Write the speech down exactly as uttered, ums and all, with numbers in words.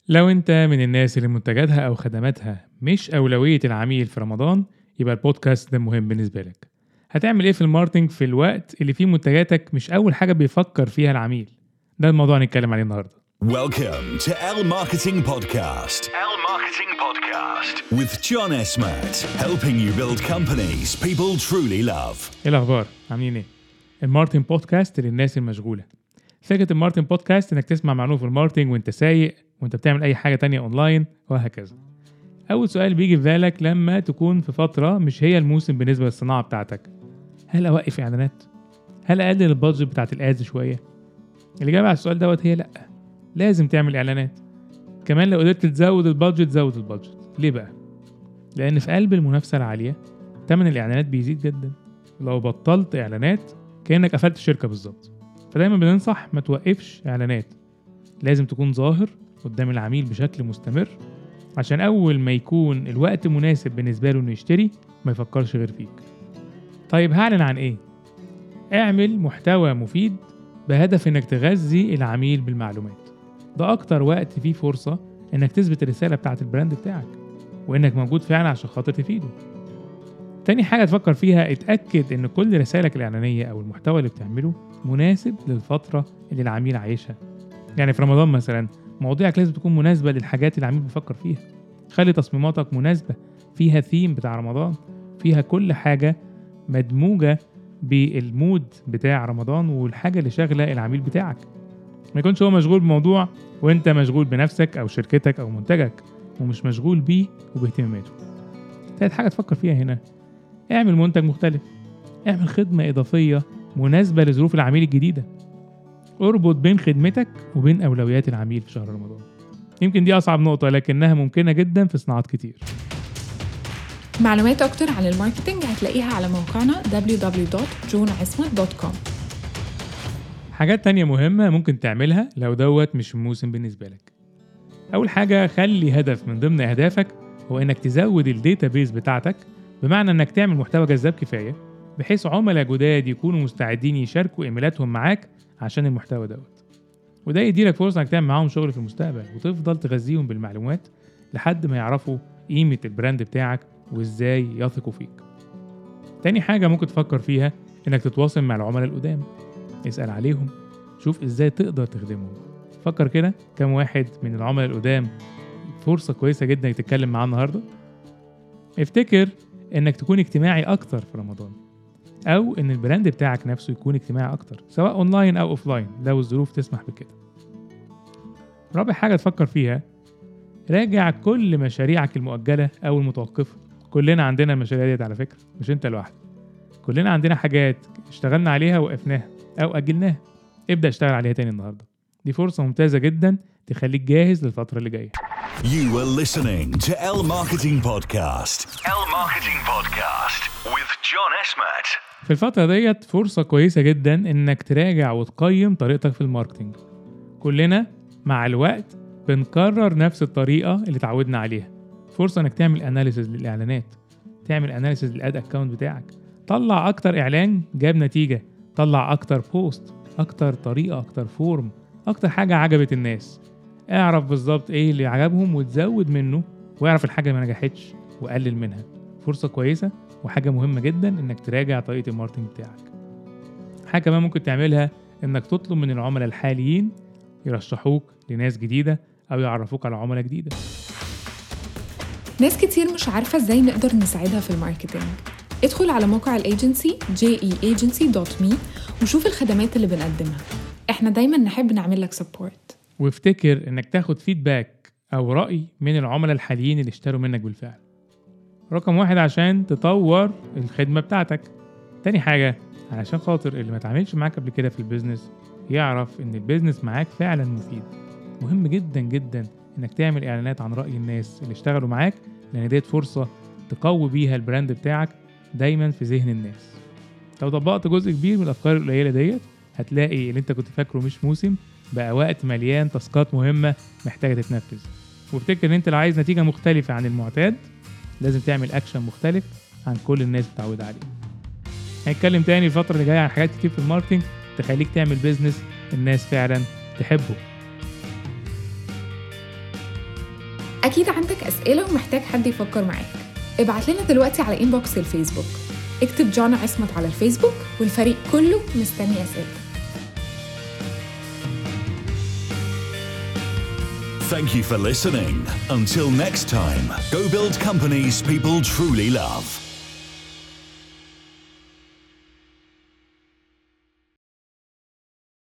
لو انت من الناس اللي منتجاتها او خدماتها مش اولوية العميل في رمضان، يبقى البودكاست ده مهم بالنسبة لك. هتعمل ايه في الماركتنج في الوقت اللي فيه منتجاتك مش اول حاجة بيفكر فيها العميل؟ ده الموضوع هنتكلم عليه النهاردة. Welcome to L Marketing Podcast. L Marketing Podcast with John Esmat, helping you build companies people truly love. ايه الاخبار؟ عاملين ايه؟ الماركتنج بودكاست للناس المشغولة. فكرة الماركتنج بودكاست انك تسمع معلومة في الماركتنج وانت سايق وانت بتعمل اي حاجة تانية اونلاين وهكذا. اول سؤال بيجي في بالك لما تكون في فترة مش هي الموسم بالنسبة للصناعة بتاعتك، هل اوقف اعلانات؟ هل اقلل البادجت بتاعت الادز شوية؟ الاجابة على السؤال دوت هي لا، لازم تعمل اعلانات. كمان لو قدرت تزود البادجت زود البادجت. ليه بقى؟ لان في قلب المنافسة العالية تمن الاعلانات بيزيد جدا. لو بطلت اعلانات كأنك قفلت الشركة بالظبط. فدايما بننصح ما توقفش اعلانات، لازم تكون ظاهر قدام العميل بشكل مستمر عشان اول ما يكون الوقت مناسب بالنسبة له انه يشتري ما يفكرش غير فيك. طيب هعلن عن ايه؟ اعمل محتوى مفيد بهدف انك تغذي العميل بالمعلومات. ده اكتر وقت فيه فرصة انك تثبت الرسالة بتاعت البراند بتاعك وانك موجود فعلا عشان خاطر تفيده. تاني حاجة تفكر فيها، اتأكد ان كل رسالك الاعلانية او المحتوى اللي بتعمله مناسب للفترة اللي العميل عايشها. يعني في رمضان مثلا مواضيعك لازم تكون مناسبة للحاجات اللي العميل بيفكر فيها. خلي تصميماتك مناسبة، فيها ثيم بتاع رمضان، فيها كل حاجة مدموجة بالمود بتاع رمضان والحاجة اللي شاغلة العميل بتاعك. ما يكونش هو مشغول بموضوع وانت مشغول بنفسك او شركتك او منتجك ومش مشغول بيه وباهتماماته. تالت حاجة تفكر فيها هنا، اعمل منتج مختلف، اعمل خدمة إضافية مناسبة لظروف العميل الجديدة. اربط بين خدمتك وبين أولويات العميل في شهر رمضان. يمكن دي أصعب نقطة لكنها ممكنة جدا في صناعات كتير. معلومات أكتر عن الماركتينج هتلاقيها على موقعنا دبليو دبليو دبليو دوت جون اسمت دوت كوم. حاجات تانية مهمة ممكن تعملها لو دوت مش موسم بالنسبة لك. أول حاجة، خلي هدف من ضمن أهدافك هو إنك تزود الداتابيز بتاعتك، بمعنى إنك تعمل محتوى جذاب كفاية بحيث عملاء جداد يكونوا مستعدين يشاركوا إيميلاتهم معاك عشان المحتوى دوت. وده يديلك فرصة إنك تعمل معاهم شغل في المستقبل وتفضل تغذيهم بالمعلومات لحد ما يعرفوا قيمة البراند بتاعك وإزاي يثقوا فيك. تاني حاجة ممكن تفكر فيها إنك تتواصل مع العملاء القدام، اسأل عليهم، شوف إزاي تقدر تخدمهم. فكر كده كم واحد من العملاء القدام فرصة كويسة جدا تتكلم معاه النهاردة. افتكر إنك تكون اجتماعي أكتر في رمضان، أو إن البراند بتاعك نفسه يكون اجتماعي أكتر سواء أونلاين أو أوفلاين لو الظروف تسمح بكده. رابع حاجة تفكر فيها، راجع كل مشاريعك المؤجلة أو المتوقفة. كلنا عندنا المشاريع دي على فكرة، مش أنت لوحدك. كلنا عندنا حاجات اشتغلنا عليها وقفناها أو أجلناها، ابدأ اشتغل عليها تاني النهاردة. دي فرصة ممتازة جدا تخليك جاهز للفترة اللي جاية. You were listening to L Marketing Podcast. L Marketing Podcast with John Esmat. في الفترة ديت فرصة كويسة جدا إنك تراجع وتقيم طريقتك في الماركتينج. كلنا مع الوقت بنكرر نفس الطريقة اللي تعودنا عليها. فرصة إنك تعمل أناليسز للإعلانات، تعمل أناليسز للأد أكاونت بتاعك. طلع أكتر إعلان جاب نتيجة، طلع أكتر بوست، أكتر طريقة، أكتر فورم، أكتر حاجة عجبت الناس. اعرف بالظبط إيه اللي عجبهم وتزود منه، واعرف الحاجة اللي ما نجحتش وقلل منها. فرصة كويسة وحاجة مهمة جدا إنك تراجع طريقة الماركتينج بتاعك. حاجة كمان ممكن تعملها إنك تطلب من العملاء الحاليين يرشحوك لناس جديدة أو يعرفوك على عملاء جديدة. ناس كتير مش عارفة ازاي نقدر نساعدها في الماركتينج. ادخل على موقع الايجنسي جي اي ايجنسي دوت مي وشوف الخدمات اللي بنقدمها. احنا دايما نحب نعمل لك سبورت. وافتكر انك تاخد فيدباك او رأي من العملاء الحاليين اللي اشتروا منك بالفعل. رقم واحد عشان تطور الخدمة بتاعتك. تاني حاجة علشان خاطر اللي ما تعملش معاك قبل كده في البيزنس يعرف ان البيزنس معاك فعلا مفيد. مهم جدا جدا انك تعمل اعلانات عن رأي الناس اللي اشتغلوا معاك، لان ديت فرصة تقوي بيها البراند بتاعك دايما في ذهن الناس. لو طبقت جزء كبير من الافكار القليلة ديت هتلاقي اللي انت كنت فاكره مش موسم بقى وقت مليان تاسكات مهمة محتاجة تتنفذ. وافتكر ان انت لو عايز نتيجة مختلفة عن المعتاد لازم تعمل اكشن مختلف عن كل الناس بتعود عليه. هنتكلم تاني الفترة اللي جاية عن حاجات كتير في الماركتينج تخليك تعمل بيزنس الناس فعلا تحبه. أكيد عندك أسئلة ومحتاج حد يفكر معاك. ابعت لنا دلوقتي على إنبوكس الفيسبوك، اكتب جانا عصمت على الفيسبوك والفريق كله مستني أسئلتك. Thank you for listening. Until next time, go build companies people truly love.